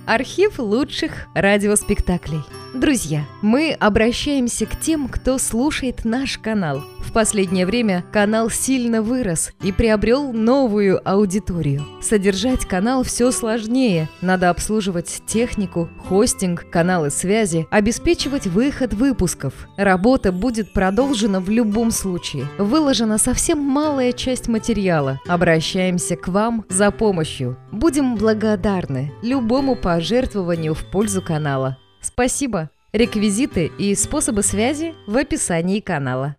Архив лучших радиоспектаклей. Друзья, мы обращаемся к тем, кто слушает наш канал. В последнее время канал сильно вырос и приобрел новую аудиторию. Содержать канал все сложнее. Надо обслуживать технику, хостинг, каналы связи, обеспечивать выход выпусков. Работа будет продолжена в любом случае. Выложена совсем малая часть материала. Обращаемся к вам за помощью. Будем благодарны любому пожертвованию в пользу канала. Спасибо! Реквизиты и способы связи в описании канала.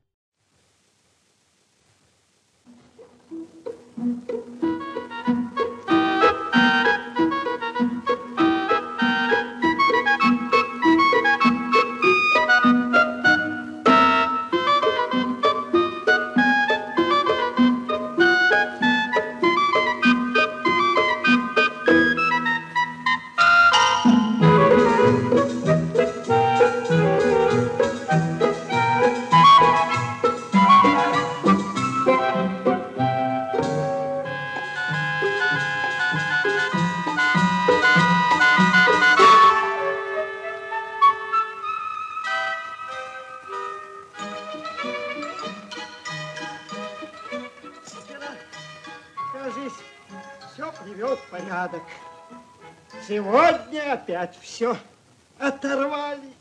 Все привел в порядок. Сегодня опять все оторвали.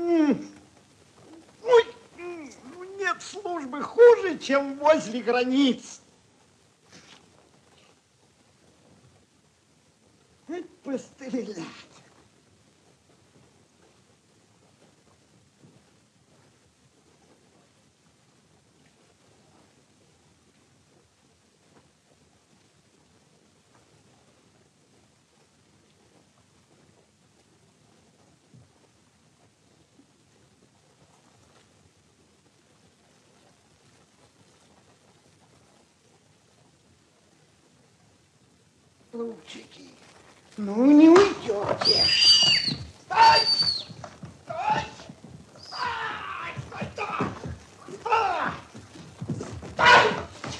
Ой, нет службы хуже, чем возле границ. Пострелять. Лучики, ну не уйдете. Стой! Стой! Стой! Стой! Стой! Стой!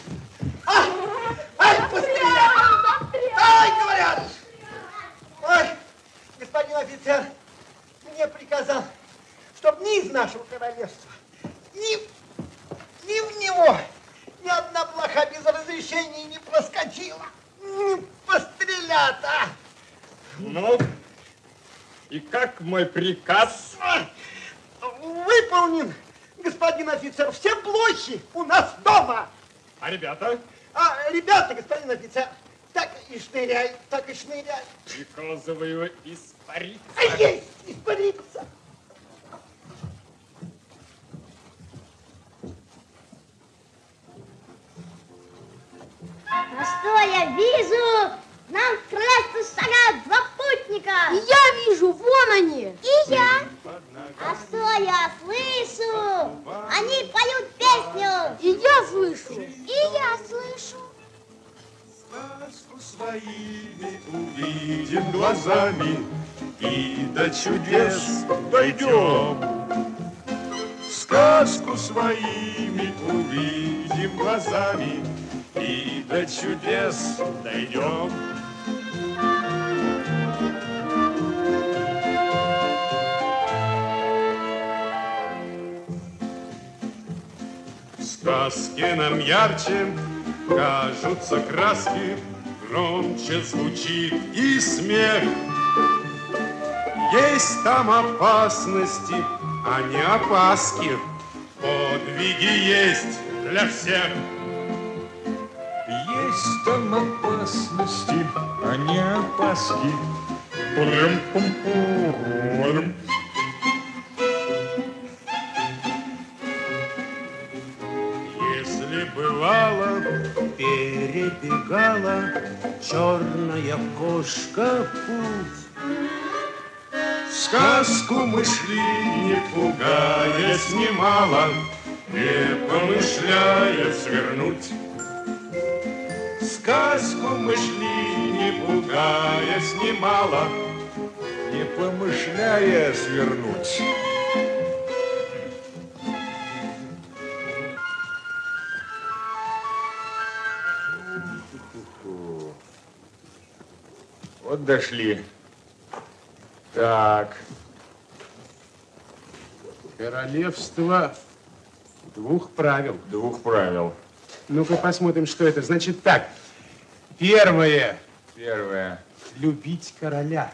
Ай, пострелял! Стой, говорят! Ой, господин офицер, мне приказал, чтоб ни из нашего королевства, ни в него ни одна блоха без разрешения не проскочила. Пострелят, а! Ну, и как мой приказ? Выполнен, господин офицер. Все блохи у нас дома. А ребята? Ребята, господин офицер, так и шныряй, так и шныряй. Приказываю испариться. Есть, испариться. А что я вижу? Нам в королевство шагают два путника. И я вижу, вон они. И я. А что я слышу? Они поют песню. И я слышу. И я слышу. Сказку своими увидим глазами и до чудес дойдем. Сказку своими увидим глазами и до чудес дойдем. Сказки нам ярче кажутся краски, громче звучит и смех. Есть там опасности, а не опаски. Подвиги есть для всех. Есть там опасности, а не опаски. Если бывало, перебегала черная кошка путь, сказку мы шли, не пугаясь немало, не помышляя свернуть. Сказку мы шли, не пугаясь немало, не помышляя свернуть. Вот дошли. Так. Королевство двух правил. Двух правил. Ну-ка посмотрим, что это. Значит так. Первое. Первое. Любить короля.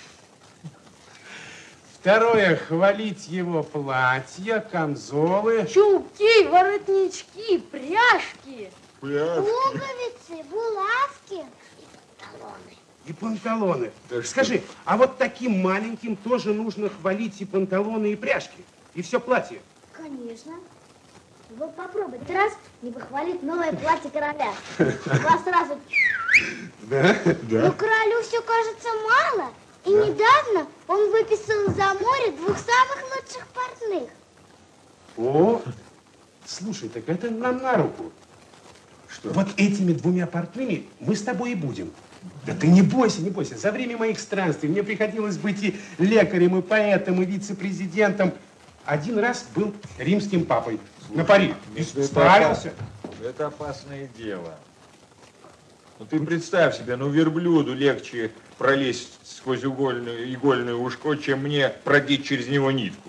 Второе. Хвалить его платья, камзолы. Чулки, воротнички, пряжки. Пуговицы, булавки и панталоны. И панталоны. Да что? Скажи, а вот таким маленьким тоже нужно хвалить и панталоны, и пряжки, и все платье? Конечно. Вот попробуй, ты раз не похвалит новое платье короля. Вас сразу... Да? Но королю все кажется мало. И недавно он выписал за море 2 самых лучших портных. О, слушай, так это нам на руку. Что? Вот этими 2 портными мы с тобой и будем. Да ты не бойся, не бойся. За время моих странствий мне приходилось быть и лекарем, и поэтом, и вице-президентом. Один раз был римским папой на пари. И справился. Это опасное дело. Ну ты представь себе, ну верблюду легче пролезть сквозь игольное ушко, чем мне продеть через него нитку.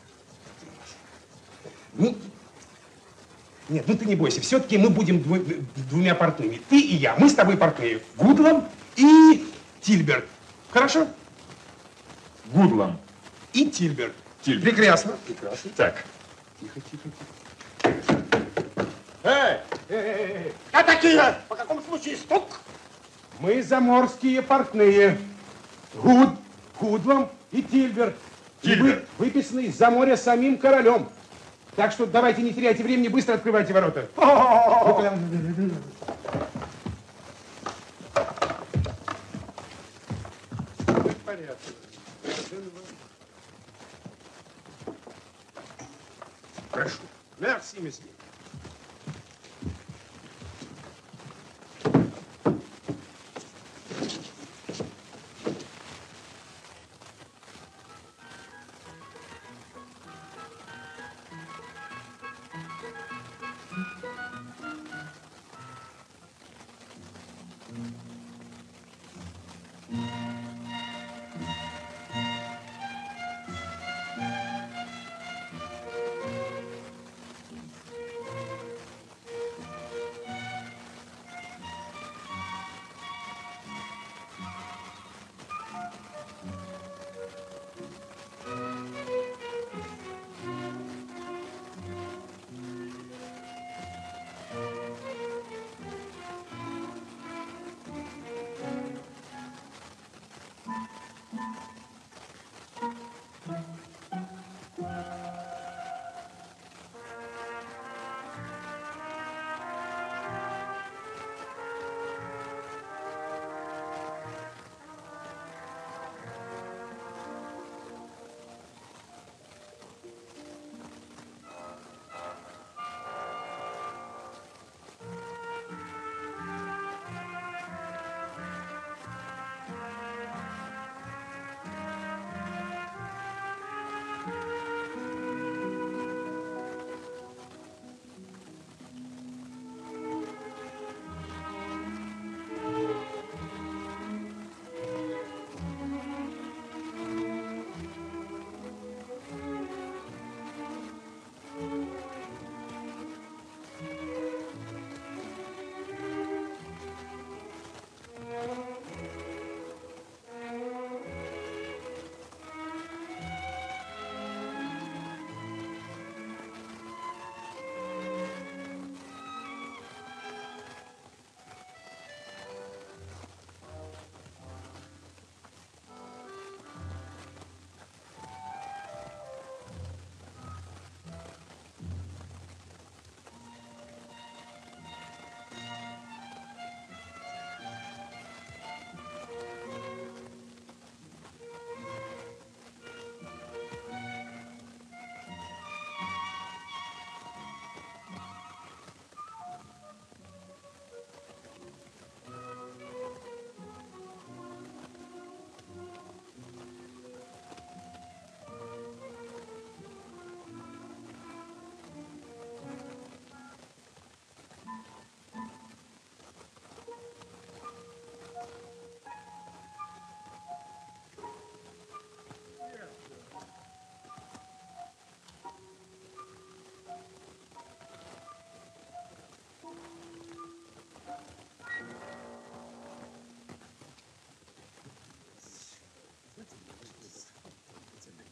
Ну, нет, ну ты не бойся. Все-таки мы будем 2 портными. Ты и я. Мы с тобой портные. Гудлам и Тильберт. Хорошо? Гудлам. И Тильберт. Тильберт. Прекрасно. Прекрасно. Так. Тихо, тихо, тихо. Эй! А такие, по какому случаю стук? Мы заморские портные. Гудлам и Тильберт. Тильберт. Выписаны из-за моря самим королем. Так что давайте не теряйте времени, быстро открывайте ворота. Прошу. Мерси, месье.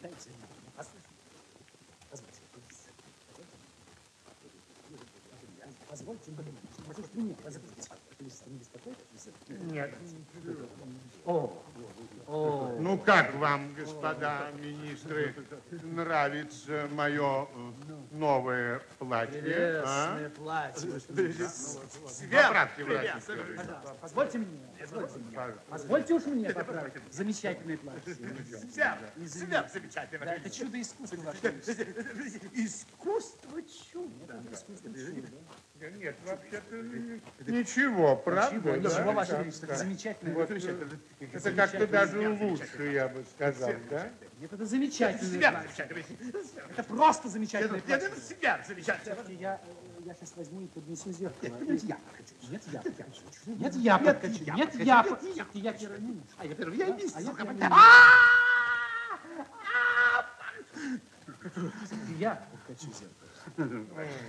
Послушайте, позвольте мне, не беспокойтесь. Нет. Ну, как вам, господа министры, нравится мое новое платье? Прелестное платье. Поправьте, врач. Позвольте мне. Позвольте уж мне поправить. Замечательное платье. Замечательно. Да, это чудо искусства, Ваше Величество. Искусство чудо. Искусство чудо. Нет, вообще-то ничего, правда? Ничего, Ваше Величество, это замечательно. Вот, это как-то даже лучше, я бы сказал, да? Нет, это замечательное платье. Это просто замечательное платье. Себя замечательно. Я сейчас возьму и поднесу зеркало. Нет, я подкачу. Нет, я подкачу. Нет, я подкачу. Я первый минут. А я первый, я мистер. Я подкачу зеркало.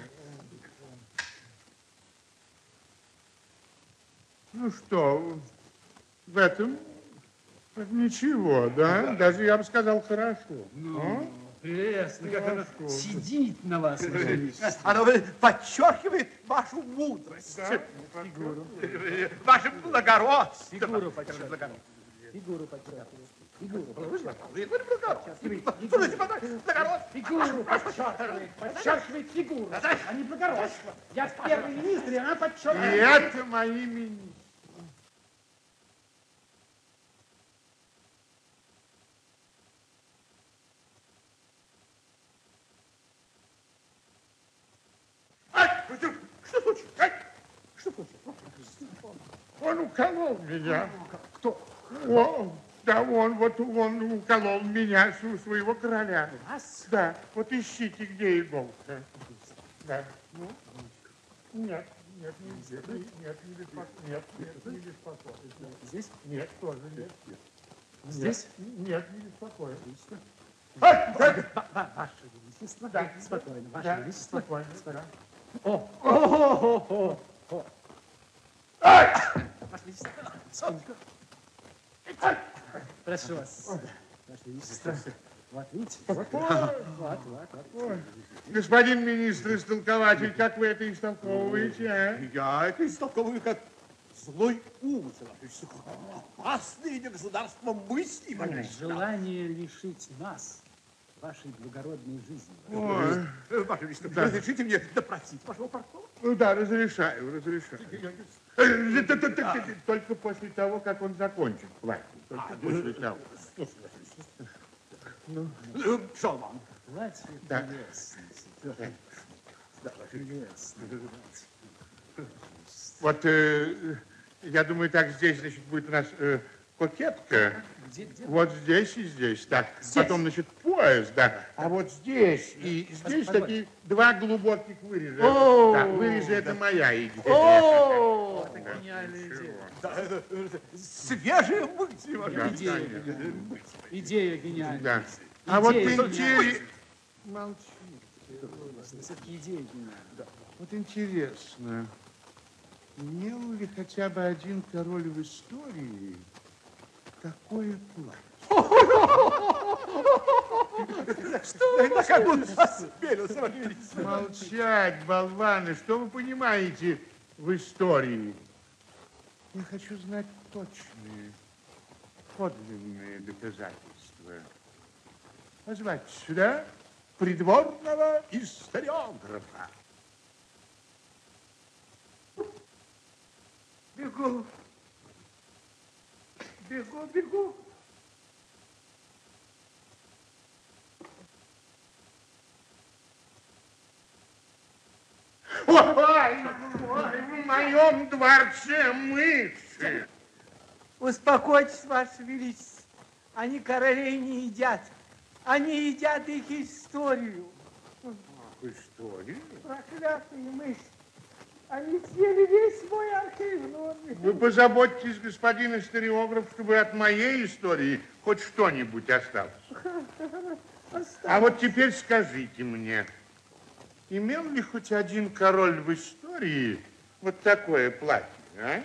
Ну что, в этом ничего, да? Даже я бы сказал, хорошо. Прелестно, как она сидит на вас, Ваше Величество. Оно подчеркивает вашу мудрость. Фигуру. Ваше благородство. Фигуру подчеркивает. Фигуру подчеркивает. Фигуру. Фигуру подчеркивает. Подчеркивает фигуру, а не благородство. Я первый министр, и она И подчеркивает. это мои министры. Что случилось? Что случилось? Он уколол меня. Кто? Да, он уколол меня, своего короля. Вас? Да, вот ищите, где иголка. Да. Ну, нет, не беспокойтесь. Здесь? Нет, тоже нет. Здесь? Нет, не беспокойтесь. Ваше Величество. Да. Спокойно, Ваше Да, Величество. спокойно. О! Ваше Величество, секундочку. Прошу вас. Ваше Величество. Вот видите? Вот. Господин министр, истолкователь, как вы это истолковываете, а? Я это истолковываю как злой умысел. Опасные для государства мысли. Желание лишить нас вашей благородной жизни. Ой, Ваше Величество, разрешите мне допросить вашего портного? Ну да, разрешаю. Только после того, как он закончит платье. Только после того. Что вам? Платье Да. прелестное. Да, прелестное. Вот, я думаю, так здесь, значит, будет у нас кокетка. Где? Вот здесь и здесь. Так, Здесь? потом, значит, пояс, да. А вот здесь и здесь такие два глубоких выреза. Да, вырезы это моя идея. О, это гениальная идея. Свежие мысли, Ваше Да, Величество. конечно. Идея гениальная. Да. А вот Идея интересно. Молчи. Все-таки идея гениальная. Вот интересно, имел ли хотя бы один король в истории такое платье? Что? Как он осмелился, Ваше Величество? Молчать, болваны, что вы понимаете в истории? Я хочу знать точные, подлинные доказательства. Позвать сюда придворного историографа. Бегу. Ой, в моем дворце мыши. Успокойтесь, Ваше Величество. Они королей не едят. Они едят их историю. Историю? Проклятые мыши. Они съели весь мой архив. Вы позаботьтесь, господин историограф, чтобы от моей истории хоть что-нибудь осталось. А вот теперь скажите мне, имел ли хоть один король в истории вот такое платье, а?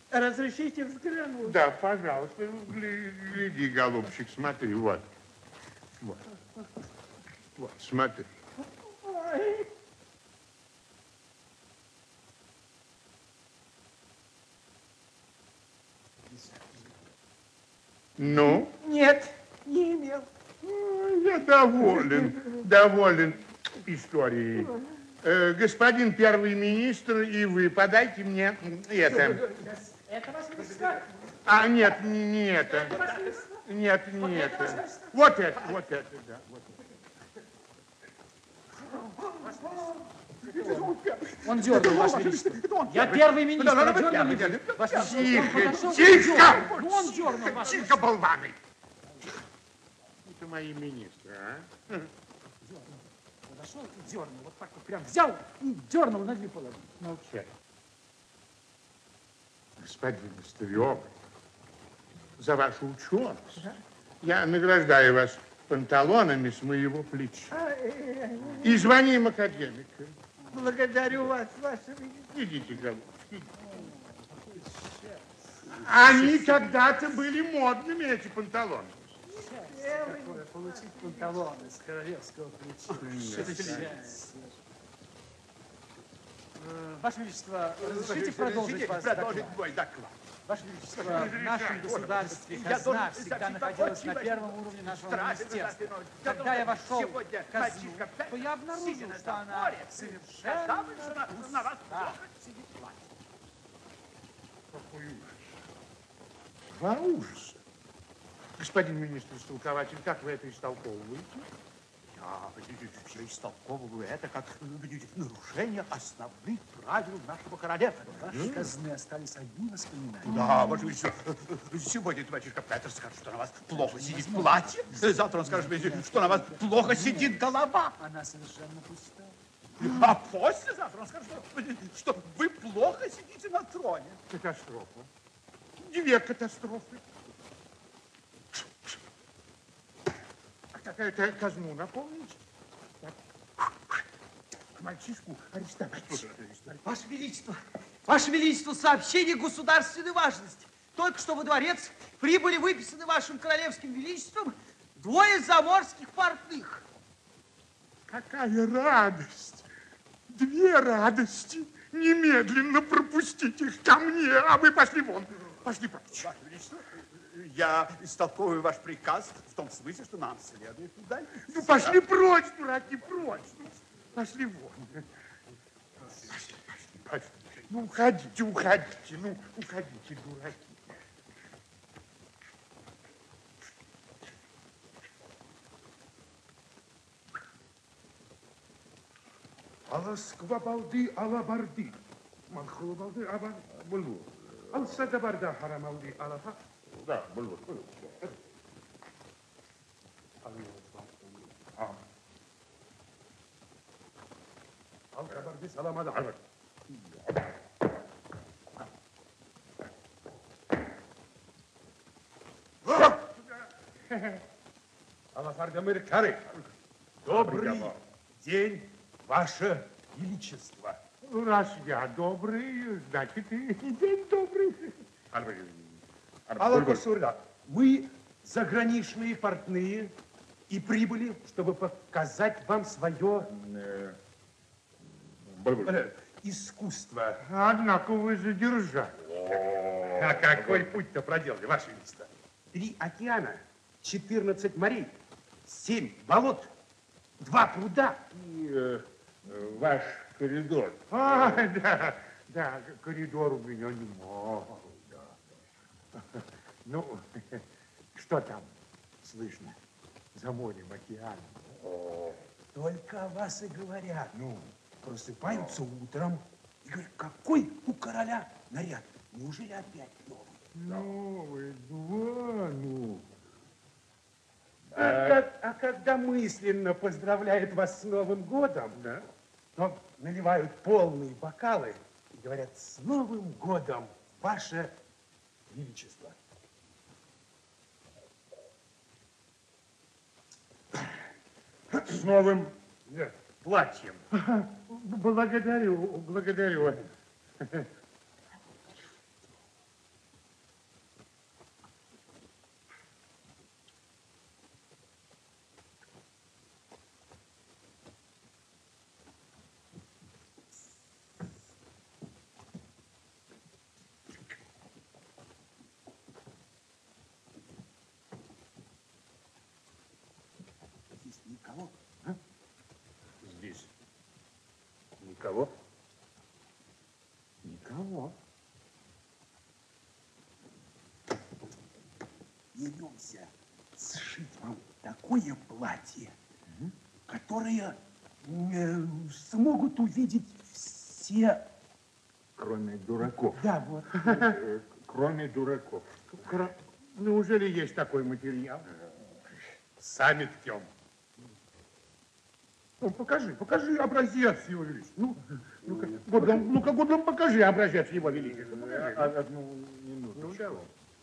Разрешите взглянуть? Да, пожалуйста, гляди, голубчик, смотри, вот. Вот. Вот, смотри. Ну? Нет, не имел. Я доволен историей. Господин первый министр, и вы подайте мне это. Это ваше величество? А, нет, не это. Нет, не это. Вот это, да. Вот это. Он дернул, ваше величество. Я первый министр, а дернул не будет. Ваше величество. Тихо! Ну, он дернул, ваше Тихо, болваны! Это мои министры, а? Подошел и дернул, вот так вот прям взял и дернул на 2 половины. Молчать. Господин Быстрёв, за вашу ученость я награждаю вас панталонами с моего плеча и званием академика. Благодарю вас, ваше величество. Идите, голубчики. Они когда-то были модными, эти панталоны. Такое получить панталоны с королевского плеча. Ваше величество, разрешите продолжить ваш доклад? мой доклад. Ваше величество, в нашем государстве казна всегда находилась на первом уровне нашего министерства. Когда я вошел в казну, то я обнаружил, что она совершенно пуста. Какой ужас. Два ужаса. Господин министр-истолкователь, как вы это истолковываете? Я истолковываю это как нарушение основных правил нашего королевства. Ваши казны остались одни воспоминания. Да, ваше величество, сегодня батюшка Петр скажет, что на вас плохо сидит платье. Завтра он скажет, что на вас плохо сидит голова. Она совершенно пуста. А послезавтра он скажет, что вы плохо сидите на троне. Катастрофа. 2 катастрофы. Какая-то казну напомните. Мальчишку арестовать. Ваше величество, сообщение государственной важности. Только что во дворец прибыли выписаны вашим королевским величеством 2 заморских портных. Какая радость! 2 радости. Немедленно пропустить их ко мне, а вы пошли вон. Пошли прочь. Ваше величество, я истолковываю ваш приказ в том смысле, что нам следует туда. Ну, пошли прочь, дураки, прочь. Ну, пошли вон. Пошли. Ну, уходите, ну, уходите, дураки. Аласквабалды, алабарды. Манхулабалды, абульбул. Алсадабарда, харамалды, алафа. Да, бульбул. Алкабарды, саламада. Добрый день, Ваше Величество. Раз я добрый, значит и день добрый. Алла-Курсурда, мы заграничные портные и прибыли, чтобы показать вам свое искусство. Однако вы задержали. А какой путь-то проделали, Ваше Величество? 3 океана, 14 морей, 7 болот, 2 пруда. И ваш коридор. Да, коридор у меня не мог. Ну, что там слышно за морем, океаном? Только о вас и говорят. Ну, просыпаются утром и говорят, какой у короля наряд? Неужели опять новый? Новый, ну. А когда мысленно поздравляют вас с Новым годом, Да? то наливают полные бокалы и говорят, с Новым годом, Ваше Величество. С новым платьем. Благодарю. беремся сшить вам такое платье, которое смогут увидеть все... Кроме дураков. Да, вот. Кроме дураков. Неужели есть такой материал? Сами ткем. Ну, покажи образец его величества. Ну-ка, Годлам, покажи образец его величества. Одну минуту. Ну, давай.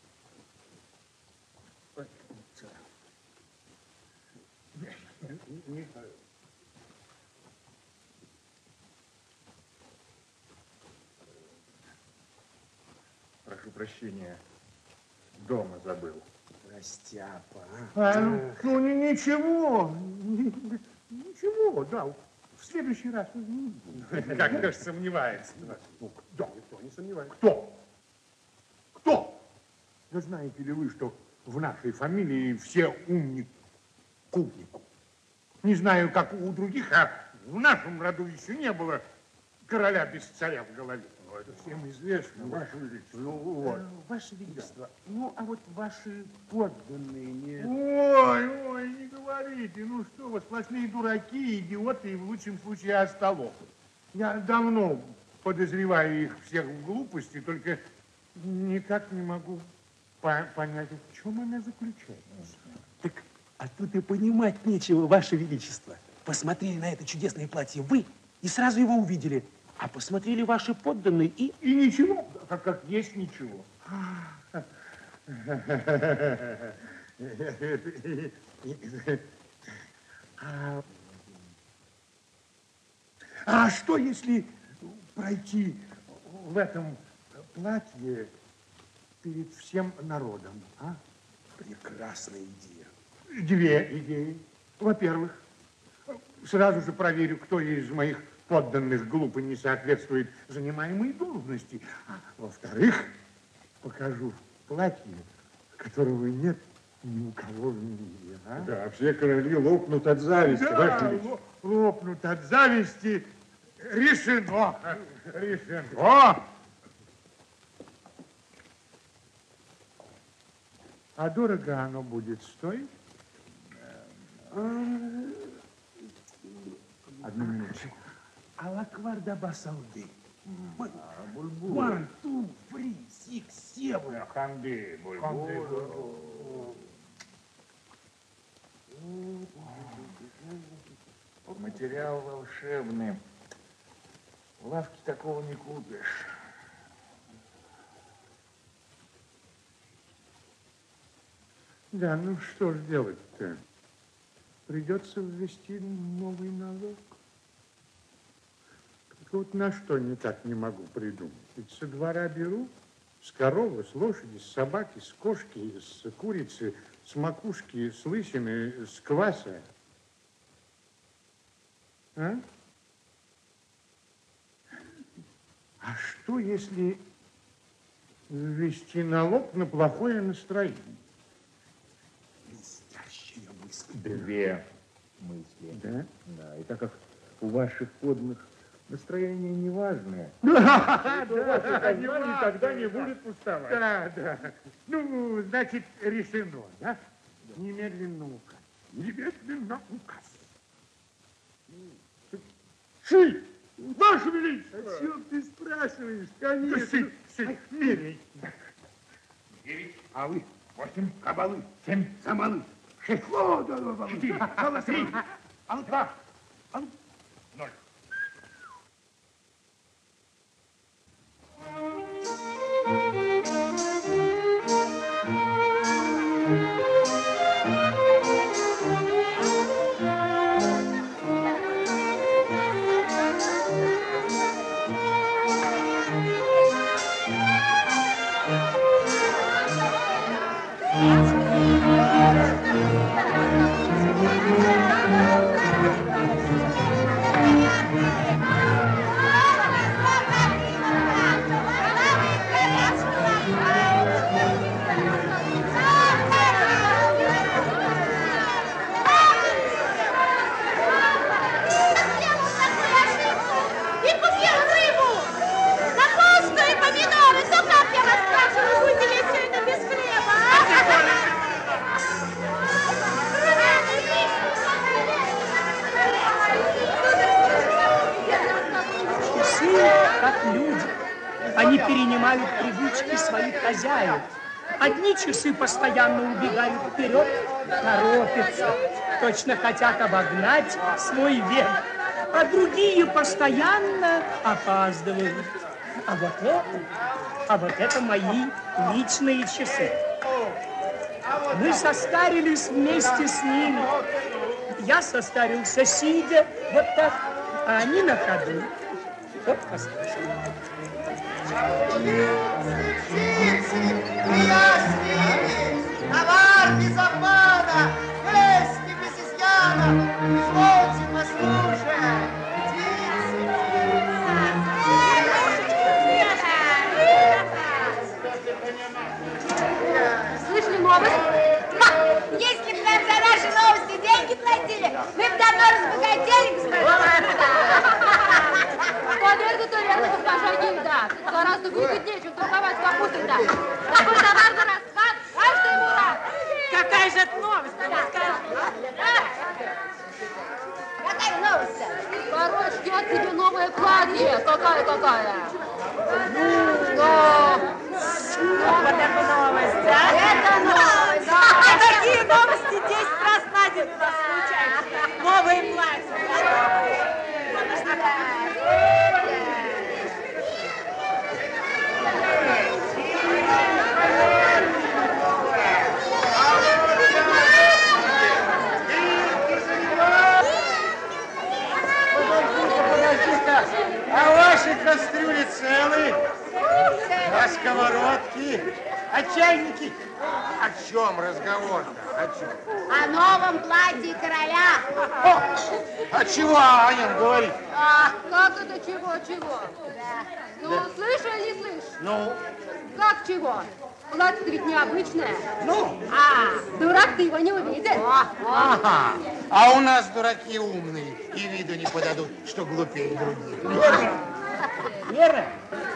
Прошу прощения, дома забыл. Растяпа. Ну, ничего, да. В следующий раз. Как-то ж сомневается. Ну, кто? Никто не сомневается. Кто? Да знаете ли вы, что в нашей фамилии все умник кубнику? Не знаю, как у других, а в нашем роду еще не было короля без царя в голове. Ну, это всем известно, Ваше Величество. Ну, вот. Ваше Величество, ну, а вот ваши подданные не... Ой, не говорите. Ну что вы, сплошные дураки, идиоты и в лучшем случае остолопы. Я давно подозреваю их всех в глупости, только никак не могу понять, в чем она заключается. Так, а тут и понимать нечего, Ваше Величество. Посмотрели на это чудесное платье вы и сразу его увидели. А посмотрели ваши подданные и... И ничего, как есть ничего. А что, если пройти в этом платье перед всем народом, а? Прекрасная идея. Две идеи. Во-первых, сразу же проверю, кто из моих подданных глупо не соответствует занимаемой должности. А во-вторых, покажу платье, которого нет ни у кого в мире. А? Да, все короли лопнут от зависти. Да, лопнут от зависти. Решено. Решено. А дорого оно будет стоить? Одну минуту. Алакварда басалды. 1, 2, 3, 6, 7. Ханды, бульбул. Материал волшебный. В лавке такого не купишь. Да, ну что ж делать-то? Придется ввести новый налог. Только вот на что никак не могу придумать. Ведь со двора беру, с коровы, с лошади, с собаки, с кошки, с курицы, с макушки, с лысины, с кваса. А? А что, если ввести налог на плохое настроение? Блестящая мысль. Две мысли. Да? Да, и так как у ваших подданных настроение неважное. Да, никогда не будет уставать. Да. Ну, значит, решено, да? Немедленно указ. Немедленно указ. Шить! Ваше Величество! О чем ты спрашиваешь? Конечно. Шить, мерей. 9 алых, 8 кабалы, 7 самалы, 6 баллы, 4 колосы, 2, 0. Они перенимают привычки своих хозяев. Одни часы постоянно убегают вперед, торопятся, точно хотят обогнать свой век, а другие постоянно опаздывают. А вот это мои личные часы. Мы состарились вместе с ними. Я состарился сидя, вот так, а они на ходу. Вот послушай. Товар без обмана, песни без изъяна, извольте послушать. Слышали новость? Если бы нам за наши новости деньги платили, мы бы давно разбогатели, господин. То верно, госпожа Гильда. Гораздо выгоднее, чем торговать капустой-то. Такой товар за расклад, каждый ему рад. Какая же это новость, ты расскажешь? Какая новость-то? Короче, я тебе новое платье. Какая? Вот это новость, да? Это новость, да. Такие новости 10 раз на день у нас случаются. Новые платья. А ваши кастрюли целы? А сковородки? А чайники? О чем разговор-то? О чем? О новом платье короля. А чего о нем говорить? Как это чего? Да. Ну, слышь или не слышь? Ну? Как чего? Платье-то ведь необычное. Ну? Дурак, ты его не увидишь. Ага. А у нас дураки умные и виду не подадут, что глупее других. Вера?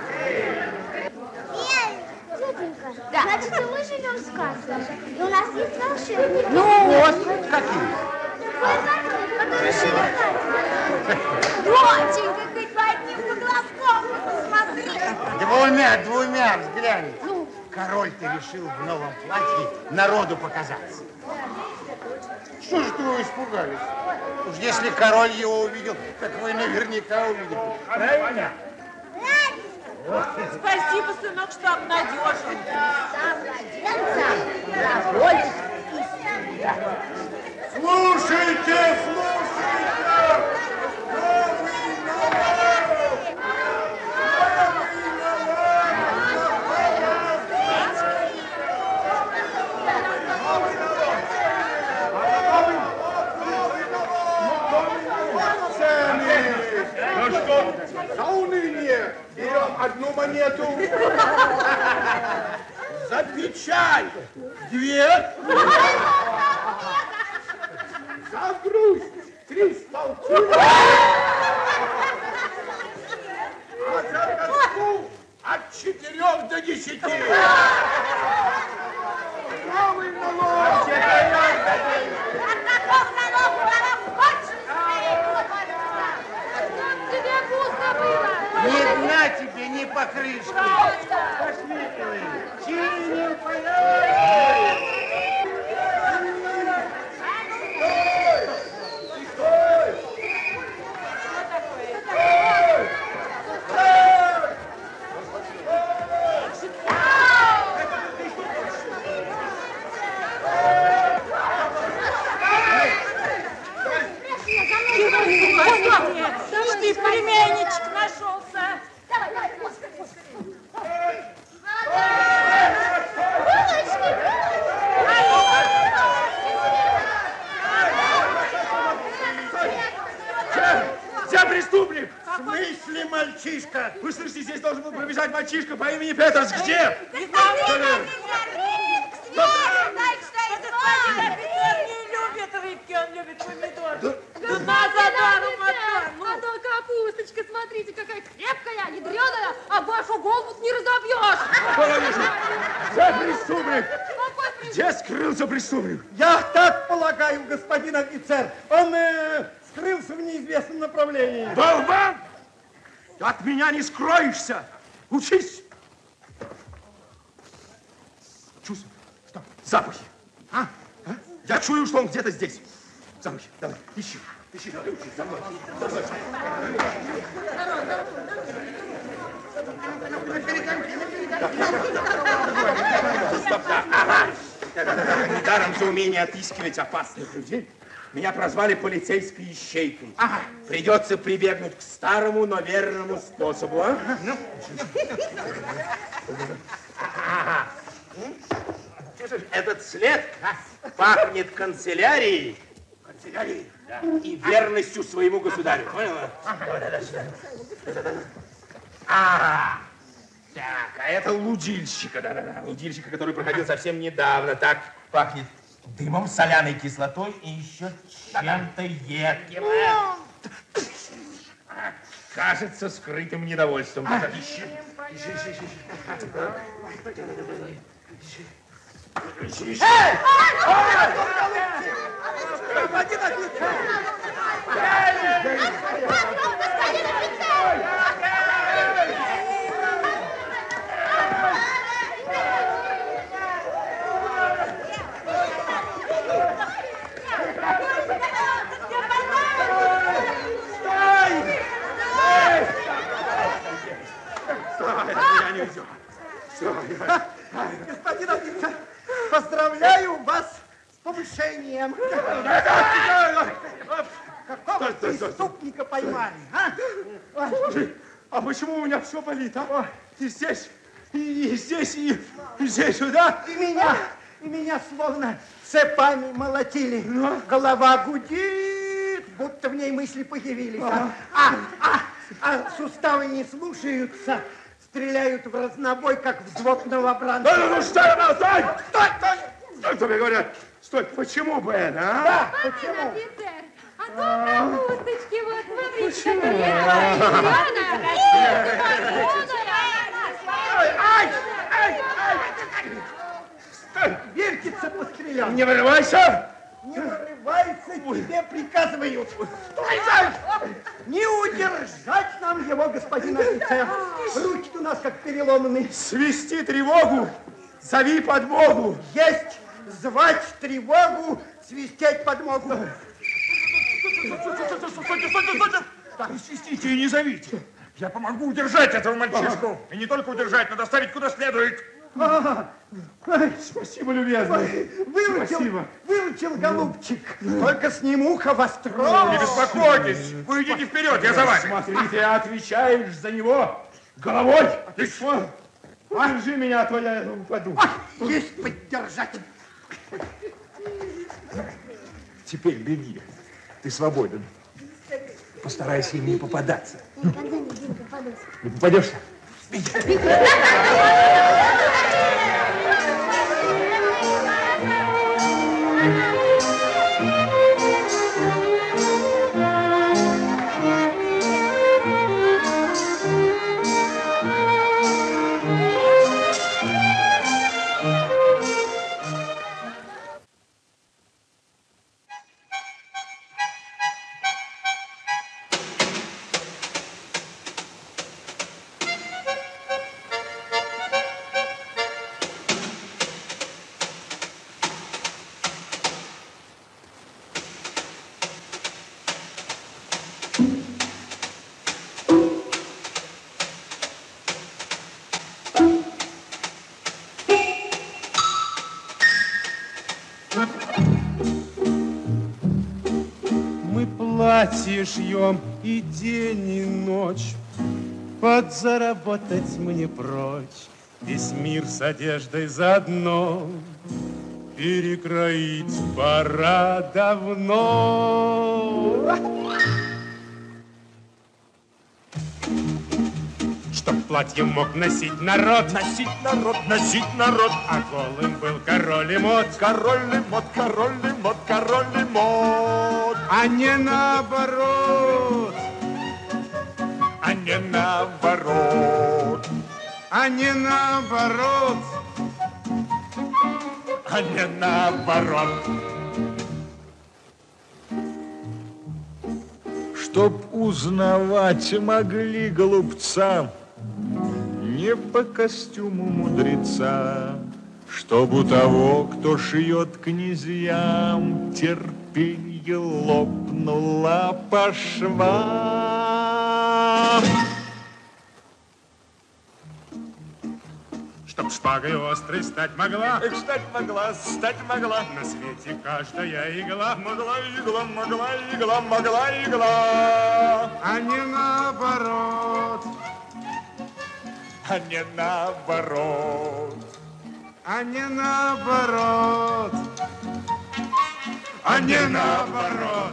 Тетенька, да. Значит, мы живем в сказке. И у нас есть волшебник. Ну вот, какие? Такой волшебник, который шьет платье. Доченька, хоть по одним глазком посмотри. Двумя взглянь. Король-то решил в новом платье народу показаться. Что же вы испугались? Уж если король его увидел, так вы наверняка увидите. Правильно? Спасибо, сынок, что обнадежил. За младенца король и семья. Слушайте! Ну что, за уныние берем одну монету, за печаль 2, за грусть 3 с полтиной, а за тоску от 4 до 10. Новый налог! Ни дна тебе, ни покрышки. Пошли, милые. Чиним порядок. Ты племянничек нашелся. Давай. Я преступник! В смысле мальчишка? Вы слышите, здесь должен был пробежать мальчишка по имени Петерс. Где? Он любит помидор. А то капусточка, смотрите, какая крепкая, ядреная, а вашу голову не разобьешь. Я преступник! Где скрылся преступник? Я так полагаю, господин офицер. Он скрылся в неизвестном направлении. Болван! От меня не скроешься! Учись! Чувствую. Что? Запахи. А? Я чую, что он где-то здесь. Запахи. Давай, ищи. Ищи, давай, ищи. За мной. За мной. Недаром за умение отыскивать опасных людей меня прозвали полицейской ищейкой. Ага. Придется прибегнуть к старому, но верному способу. А? Ага. Этот след пахнет канцелярией. Канцелярией? Да. И верностью своему государю. Поняла? Ага. Так, а это лудильщика, да-да-да, лудильщика, который проходил совсем недавно. Так пахнет дымом, соляной кислотой и еще чем-то едким. Кажется, скрытым недовольством. Ищи. Ищи. Господин офицер! Господин офицер, поздравляю вас с повышением. Какого преступника поймали, а? Слушай, а почему у меня все болит, а? И здесь, и здесь, и здесь, да? И меня словно цепами молотили. Голова гудит, будто в ней мысли появились. А суставы не слушаются. Стреляют в разнобой, как взвод новобранцев. Ну, стой! Стой, тебе говорят. Стой, почему бы это, а? Да, почему? Офицер, а то капусточки, вот, смотрите, Стой, Вертица пострелял. Не вырывайся! Не вырывайся, тебе приказывают. Стой, не удержать нам его, господин офицер. Руки-то у нас как переломаны. Свести тревогу, зови подмогу. Есть звать тревогу, свистеть подмогу. Стойте. Так, не свистите и не зовите. Я помогу удержать этого мальчишку. И не только удержать, но доставить куда следует. Спасибо, любезный. Выручил, голубчик. Только снему-ка востро. Не беспокойтесь. Вы идите вперед, я за вами. Смотрите, отвечаешь за него головой. Ты что? Держи меня, а то я упаду. Есть поддержать. Теперь беги. Ты свободен. Постарайся им не попадаться. Никогда не попадусь. Не попадешься? Беги. Платье шьем и день, и ночь, подзаработать мне прочь, весь мир с одеждой заодно, перекроить пора давно. Чтоб платье мог носить народ, а голым был король и мод, а не наоборот, а не наоборот, а не наоборот, а не наоборот. Чтоб узнавать могли голубца не по костюму мудреца, Чтоб у того, кто шьет князьям, терпенье лопнуло по швам. Чтоб шпагой острой стать могла. Стать могла, стать могла. На свете каждая игла. Могла игла, могла игла, могла игла. А не наоборот. А не наоборот. А не наоборот. А не наоборот.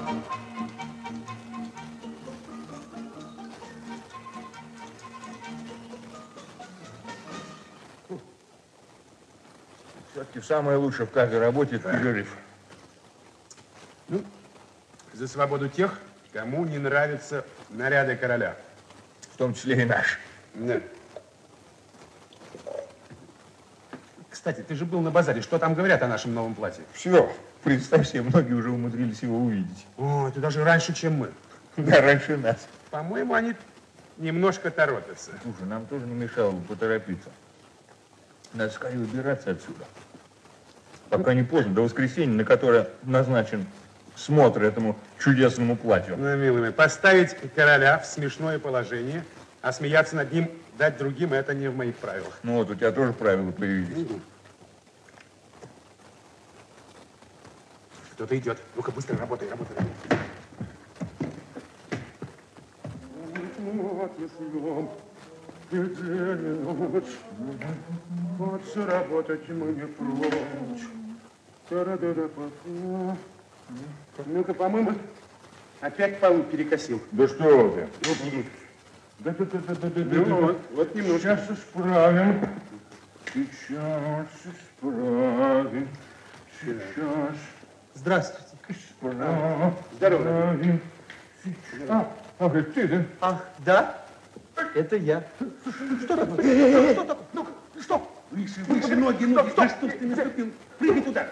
Все-таки самое лучшее в каждой работе – это перерыв. Ну, за свободу тех, кому не нравятся наряды короля. В том числе и наш. Да. Кстати, ты же был на базаре. Что там говорят о нашем новом платье? Все. Представь себе, многие уже умудрились его увидеть. О, это даже раньше, чем мы. Да, раньше нас. По-моему, они немножко торопятся. Слушай, нам тоже не мешало бы поторопиться. Надо скорее убираться отсюда. Пока не поздно, до воскресенья, на которое назначен смотр этому чудесному платью. Ну, милый мой, поставить короля в смешное положение, а смеяться над ним, дать другим, это не в моих правилах. Ну вот, у тебя тоже правила появились. Кто-то идет. Ну-ка, быстро работай, работай. Вот и живем, и день, и ночь. Вот заработать мы не прочь. Ну-ка, по-моему, опять Павел перекосил. Да что ты? Да. Ну, вот немножко. Сейчас исправим. Сейчас исправим. Сейчас. Здравствуйте. Исправим. Здорово. Сейчас. Ах, это ты, да? Ах, да? Это я. Что такое? Что такое? Ну-ка, что? Выше ноги. На что ж ты наступил? Прыгай туда.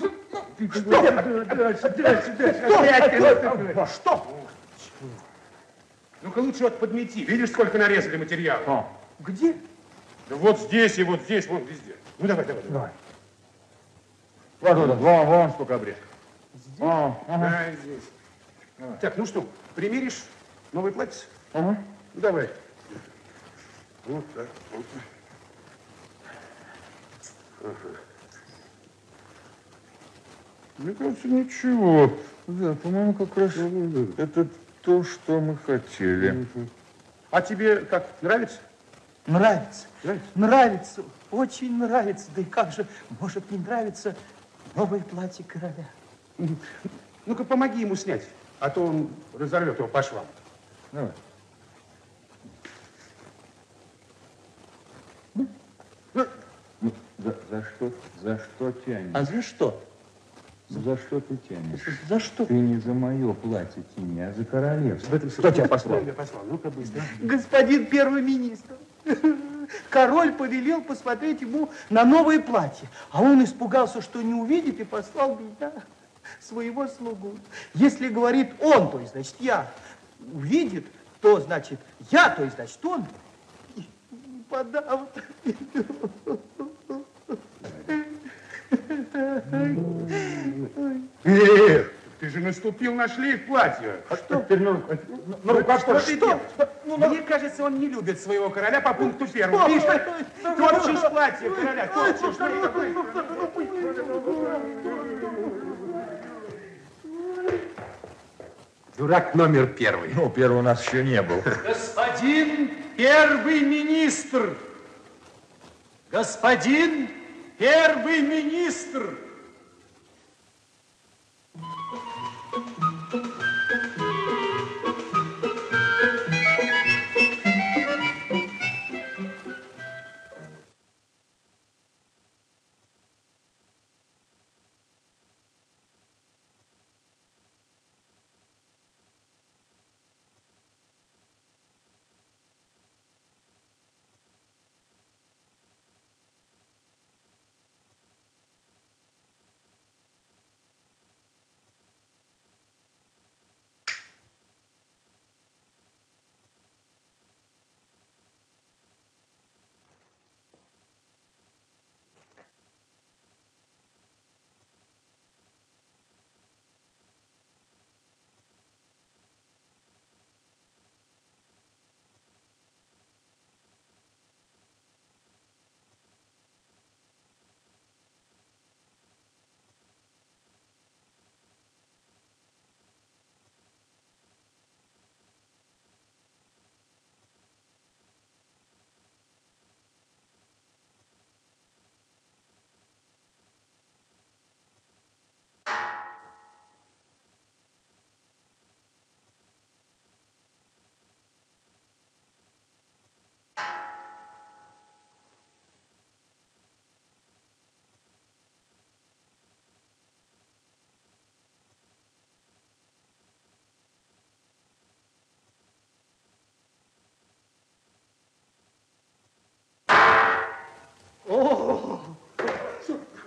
Что? Ну-ка лучше вот подмети. Видишь, сколько нарезали материала? Где? Да вот здесь и вот здесь, вон везде. Ну давай. Вон сколько обрезков. Здесь? Да, здесь. Так, ну что, примеришь новый платье? Ага. Давай. Вот так. Вот. Ага. Мне кажется, ничего. Да, по-моему, как раз это то, что мы хотели. А тебе как, нравится? Нравится. Нравится. Очень нравится. Да и как же может не нравиться новое платье короля? Ну-ка, помоги ему снять, а то он разорвет его по швам. Давай. За что тянешь? А за что? За что ты тянешь? За что? Ты не за мое платье тяни, а за королевство. Кто тебя послал? Ну-ка, быстро. Господин первый министр. Король повелел посмотреть ему на новое платье, а он испугался, что не увидит, и послал меня, своего слугу. Если говорит он, то есть, значит, я, увидит, то, значит, я, то есть, значит, он, подав. Ты же наступил на шлейф платья. А что теперь что ты делаешь? Мне кажется, он не любит своего короля по пункту первому. Видишь, топчешь платье короля, топчешь. Дурак номер первый. Ну, первый у нас еще не был. Господин первый министр! Господин первый министр!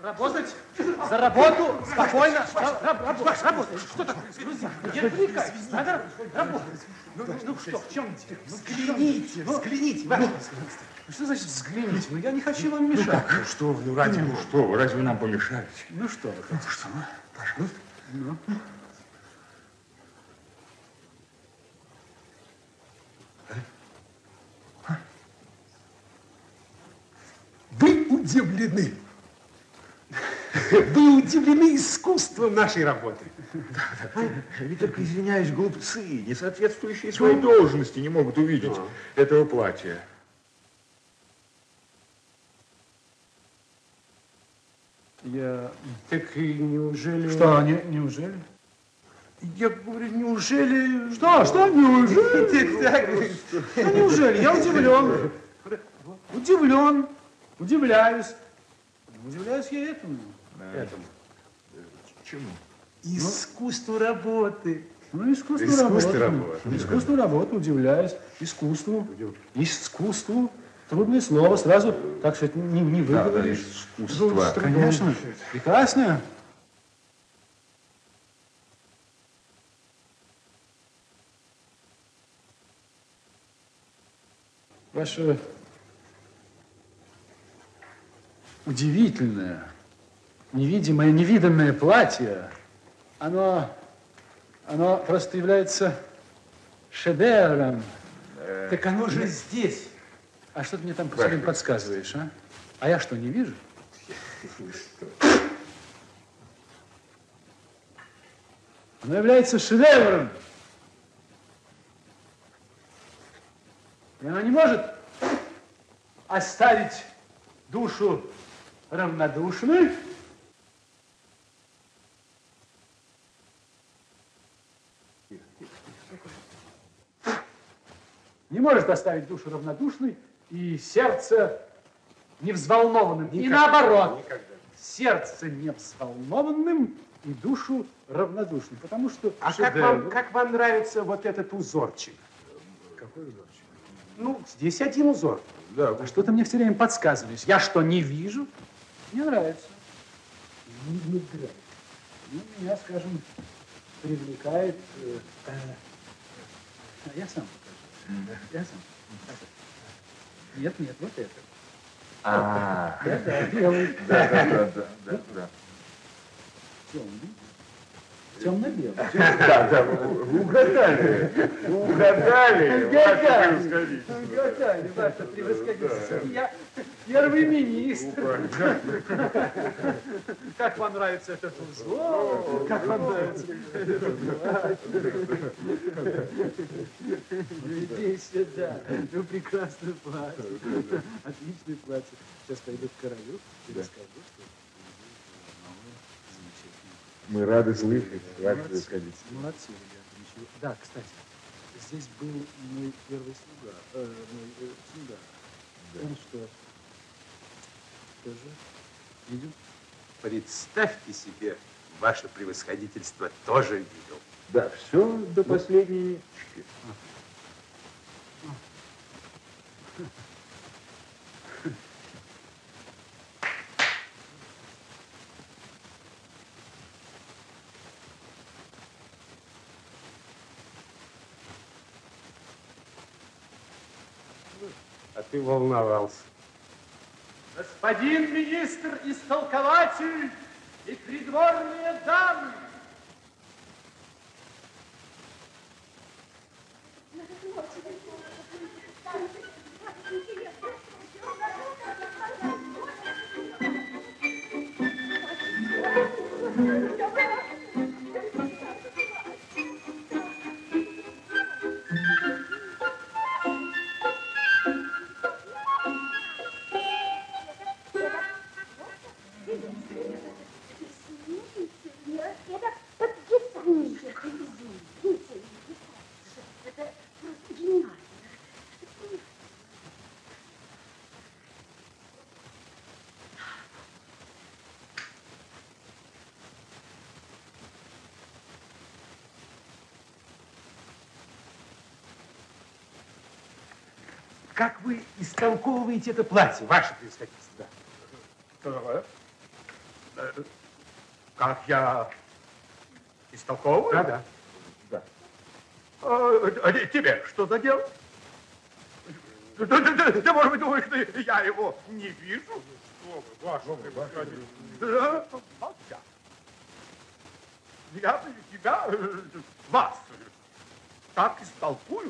Работать за работу, спокойно. Работать. Что такое? Не отвлекайтесь. Надо работать. Ну что, в чем дело? Взгляните, взгляните, Ваше Превосходительство. Что значит взгляните? Ну я не хочу вам мешать. Ну как, ну что вы, разве нам помешаете? Ну что вы хотите? Что вы, пожалуйста. Ну. Вы удивлены. Вы удивлены искусством нашей работы. Они только, извиняюсь, глупцы, не соответствующие своей должности, не могут увидеть этого платья. Так и неужели... Что, неужели? Я говорю, неужели... Что, неужели? Ну, неужели? Я удивлен. Удивлен. Удивляюсь. Удивляюсь я этому. Этому. Чему? Искусству работы. Ну, искусству работы. Искусству работы, удивляюсь. Искусству. Трудное слово, сразу, так сказать, не выговоришь. Искусство. Конечно. Прекрасно. Ваше удивительное, невидимое, невиданное платье, оно просто является шедевром. Так оно же здесь. А что ты мне там все время подсказываешь, а? А я что, не вижу? Оно является шедевром. И оно не может оставить душу равнодушной. Не может оставить душу равнодушной и сердце невзволнованным. И наоборот, сердце невзволнованным и душу равнодушной. Потому что... А как вам нравится вот этот узорчик? Какой узорчик? Ну, здесь один узор. Да. А что ты мне все время подсказываешь? Я что, не вижу? Мне нравится. Не нравится. Ну, меня, скажем, привлекает... Я сам покажу. Я сам. Нет, вот это. Да, белый. Да. Темный. Темно-белый. Да, вы угадали. Угадали, ваше превосходительство. Я первый министр. Как вам нравится этот узор? Как вам нравится этот платье? Иди сюда. Ну, прекрасное платье. Отличное платье. Сейчас пойду к королю и расскажу, что... Мы рады слышать, ваше превосходительство. Молодцы, ребята, ничего. Да, кстати, здесь был мой первый слуга, мой слуга. Да. Он что? Тоже видел? Представьте себе, ваше превосходительство тоже видел. Да, все до последней ниточки. А ты волновался. Господин министр, истолкователь и придворные дамы! Как вы истолковываете это платье, ваше превосходительство? Что такое? Как я истолковываю? Да. Тебе что за дело? Ты, может быть, думаешь, что я его не вижу? Что вы, ваше превосходительство. Да, молча. Я тебя, вас, так истолкую.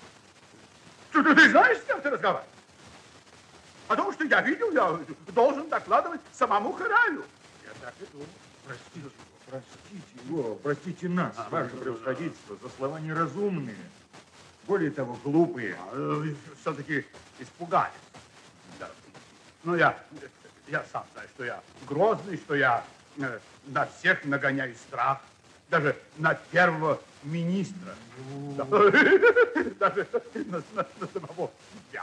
Ты знаешь, с кем ты разговариваешь? Потому что я видел, я должен докладывать самому Харалю. Я так и думал. Простите нас, ваше превосходительство, за слова неразумные. Более того, глупые. Все-таки испугались. Да. Ну, я сам знаю, что я грозный, что я на всех нагоняю страх. Даже на первого министра. Да. Даже на самого себя.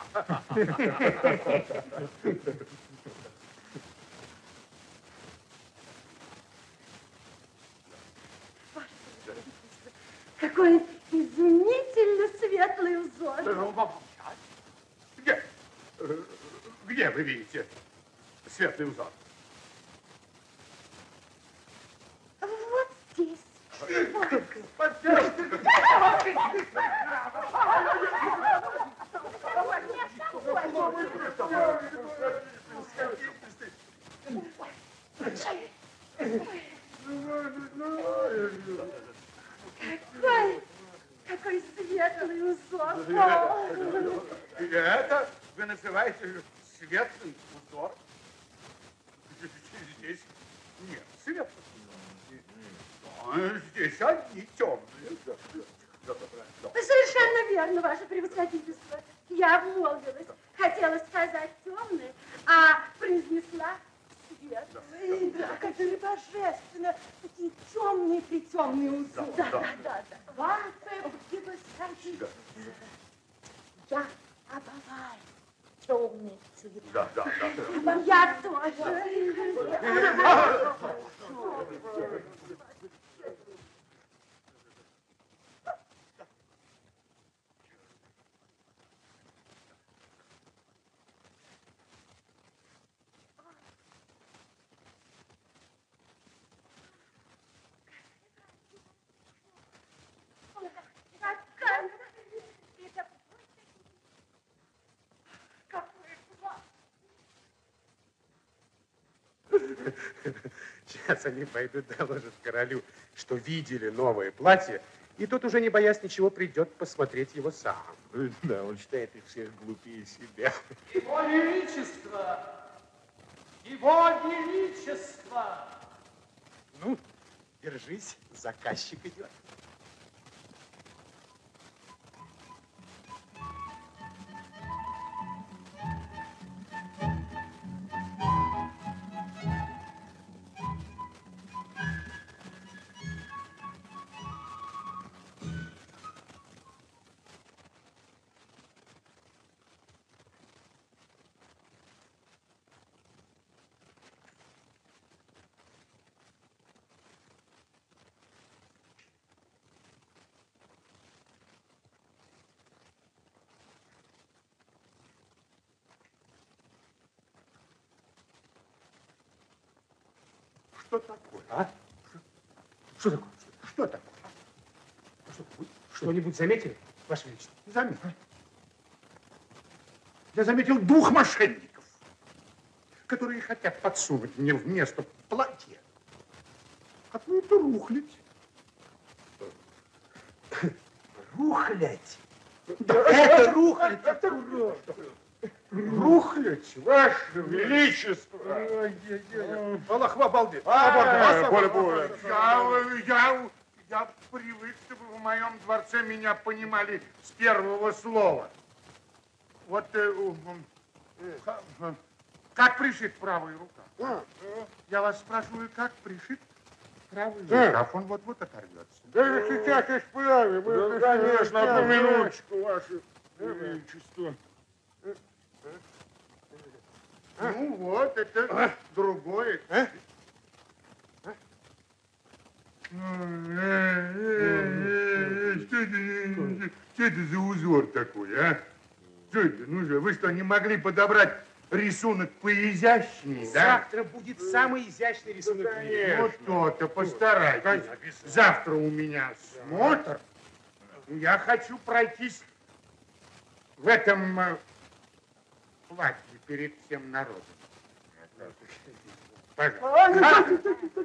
Какой изумительно светлый узор. Где вы видите светлый узор? Вот здесь. Какой светлый узор. Это вы называете светлый узор? Здесь нет света. Здесь одни темные. Совершенно верно, ваше превосходительство. Я обмолвилась. Хотела сказать темные, а произнесла светлые. Да, как же божественно. Такие темные-притемные узоры. Да. Ваше превосходительство. Я обожаю темные цвета. Да. Я тоже. Сейчас они пойдут доложат королю, что видели новое платье, и тот уже, не боясь ничего, придет посмотреть его сам. Да, он считает их всех глупее себя. Его Величество! Его Величество! Ну, держись, заказчик идет. Что такое? А? Что такое? Что такое? Что-нибудь заметили, Ваше Величество? Заметил. Я заметил двух мошенников, которые хотят подсунуть мне вместо платья какую-то рухлядь. Рухлядь? Да, это рухлядь, это рухлядь, Ваше Величество. Аллах вабалди. Я привык, чтобы в моем дворце меня понимали с первого слова. Вот как пришит правая рука? Я вас спрашиваю, как пришит правая рука? Он вот-вот оторвется. Да сейчас исправим. Ну, конечно, одну минуточку, Ваше Величество. Ну вот, это другое. Что это за узор такой, а? Что это? Ну же, вы что, не могли подобрать рисунок поизящнее, да? Завтра будет самый изящный рисунок в мире. Вот то-то, постарайтесь. Завтра у меня смотр. Я хочу пройтись в этом платье перед всем народом. Пожалуйста.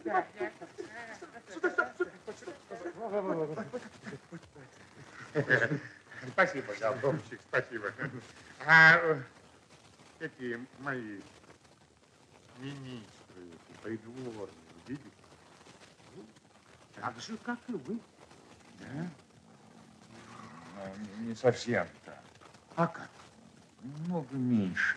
Спасибо, голубчик, спасибо. А эти мои министры, придворные, видите? Так же, как и вы. Да? Ну, не совсем так. А как? Немного меньше.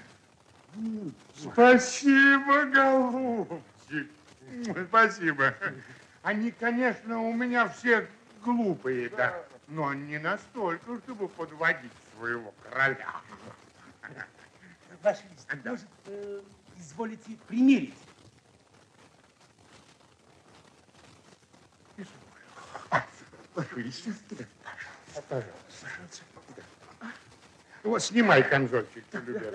Спасибо, голубчик. Спасибо. Они, конечно, у меня все глупые, да, но не настолько, чтобы подводить своего короля. Ваше Величество, может, изволите примерить? Пожалуйста. Вот, снимай конзольчик, любезный.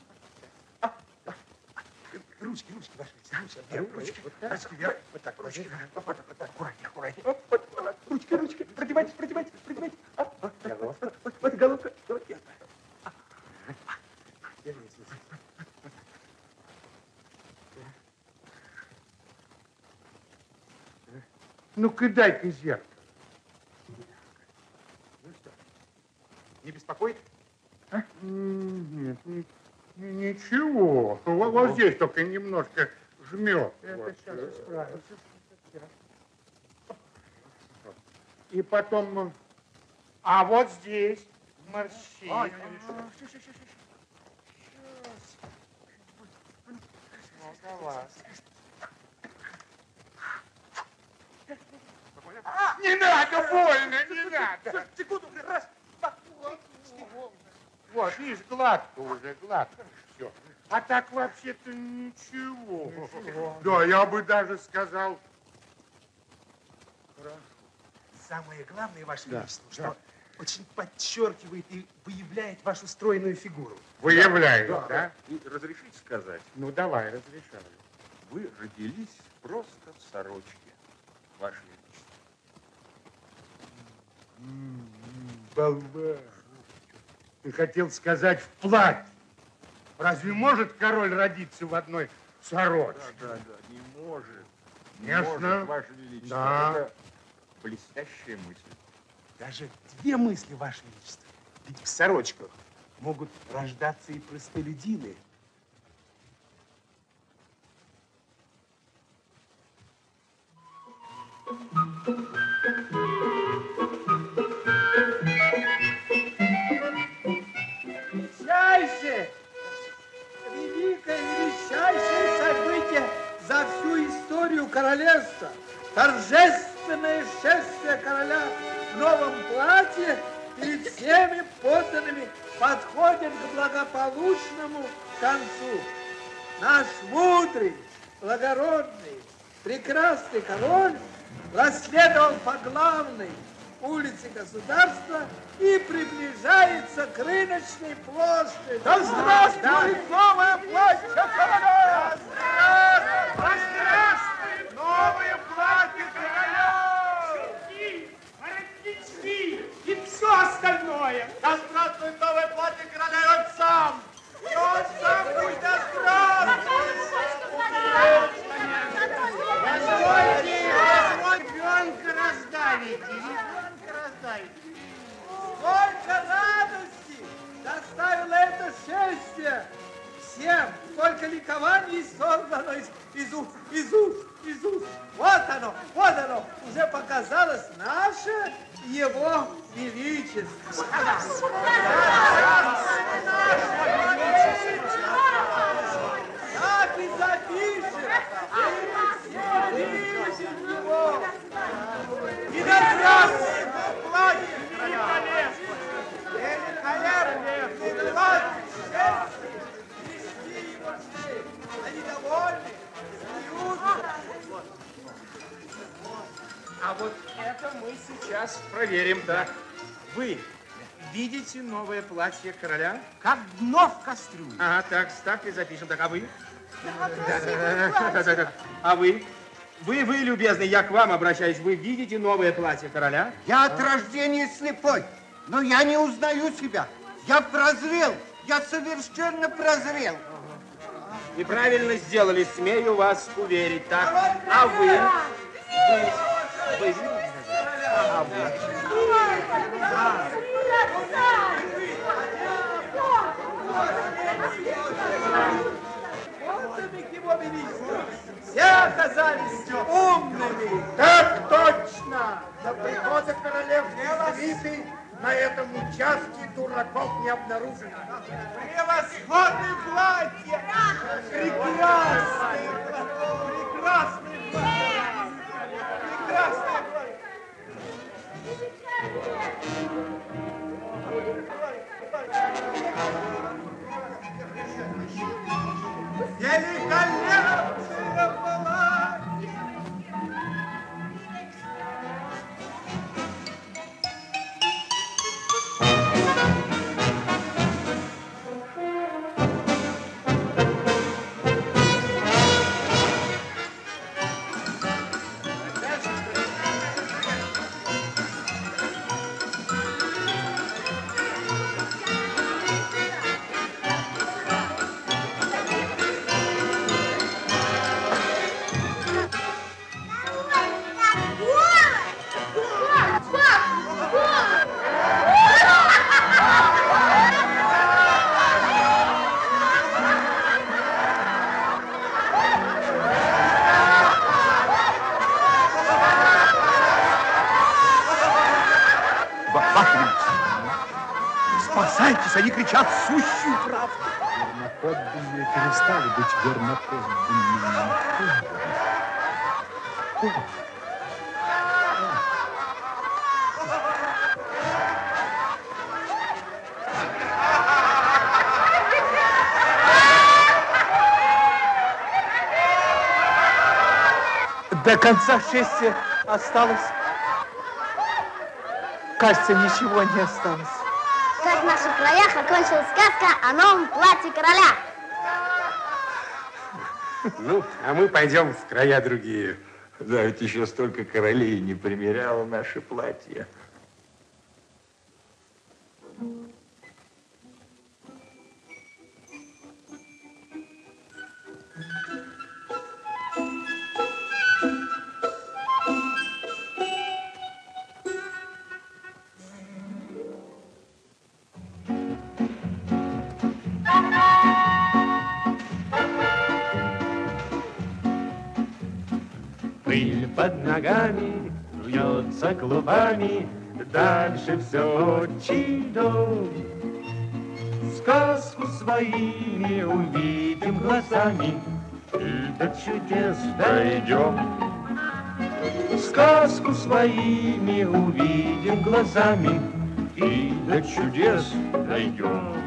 Ручки, Ваше Величество, ручки. Ручки вверх, вот так, ручки вверх, вот так, аккуратнее. Ручки, продевайте. Вот головка. Ну-ка, дай-ка зеркало. Ну что, не беспокоит? А? Нет, ничего. Вот здесь только немножко жмет. Это сейчас исправится. И потом, а вот здесь морщина. Не надо, больно, не надо. Секунду, раз, два. Вот, видишь, гладко уже, гладко все. А так вообще-то ничего. Да, я бы даже сказал, хорошо. Самое главное, Ваше Величество, что очень подчеркивает и выявляет вашу стройную фигуру. Выявляет, да? И разрешите сказать? Ну, давай, разрешаю. Вы родились просто в сорочке, Ваше Величество. Болван. Ты хотел сказать в платье. Разве может король родиться в одной сорочке? Да, не может. Конечно. Не может, Ваше Величество. Да. Это блестящая мысль. Даже две мысли, Ваше Величество. Ведь в сорочках могут рождаться и простолюдины. Величайшее, величайшее событие за всю историю королевства. Торжественное шествие короля в новом платье перед всеми подданными подходит к благополучному концу. Наш мудрый, благородный, прекрасный король проследовал по главной улице государства и приближается к рыночной площади. Да здравствует новое платье короля! Да здравствует новое платье короля! Чулки, воротнички и все остальное. Да здравствует новое платье короля, и он сам! И он сам будет да здравствует! Ребенка раздавите. Сколько радости доставило это счастье всем, сколько ликований создано из уст. Вот оно, уже показалось наше его величество. Так и запишем, и все видим его. И на здравствует платье великолепно. Великолепный платье счастье. Нести его все, они довольны, смеются. А вот это мы сейчас проверим, да. Вы видите новое платье короля? Как дно в кастрюле. Ага, так, ставьте, запишем. Так, а вы? Да. А вы? Вы, любезный, я к вам обращаюсь. Вы видите новое платье короля? Я от рождения слепой, но я не узнаю себя. Я прозрел, я совершенно прозрел. И правильно сделали, смею вас уверить. Так, а вы? Вы видите? А вы? Все оказались умными. Так точно! До прихода королевской свиты на этом участке дураков не обнаружено. Превосходное платье! Прекрасное! Прекрасное платье! Прекрасное платье! Великолепное платье! Спасайтесь, они кричат сущую правду. Верноподданные перестали быть верноподданными. До конца шествия осталось. Кажется, ничего не осталось. Как в наших краях окончилась сказка о новом платье короля. Ну, а мы пойдем в края другие. Да, ведь еще столько королей не примеряло наше платье. Пыль под ногами вьется клубами, дальше все очень дом. Сказку своими увидим глазами и до чудес дойдем. Сказку своими увидим глазами и до чудес дойдем.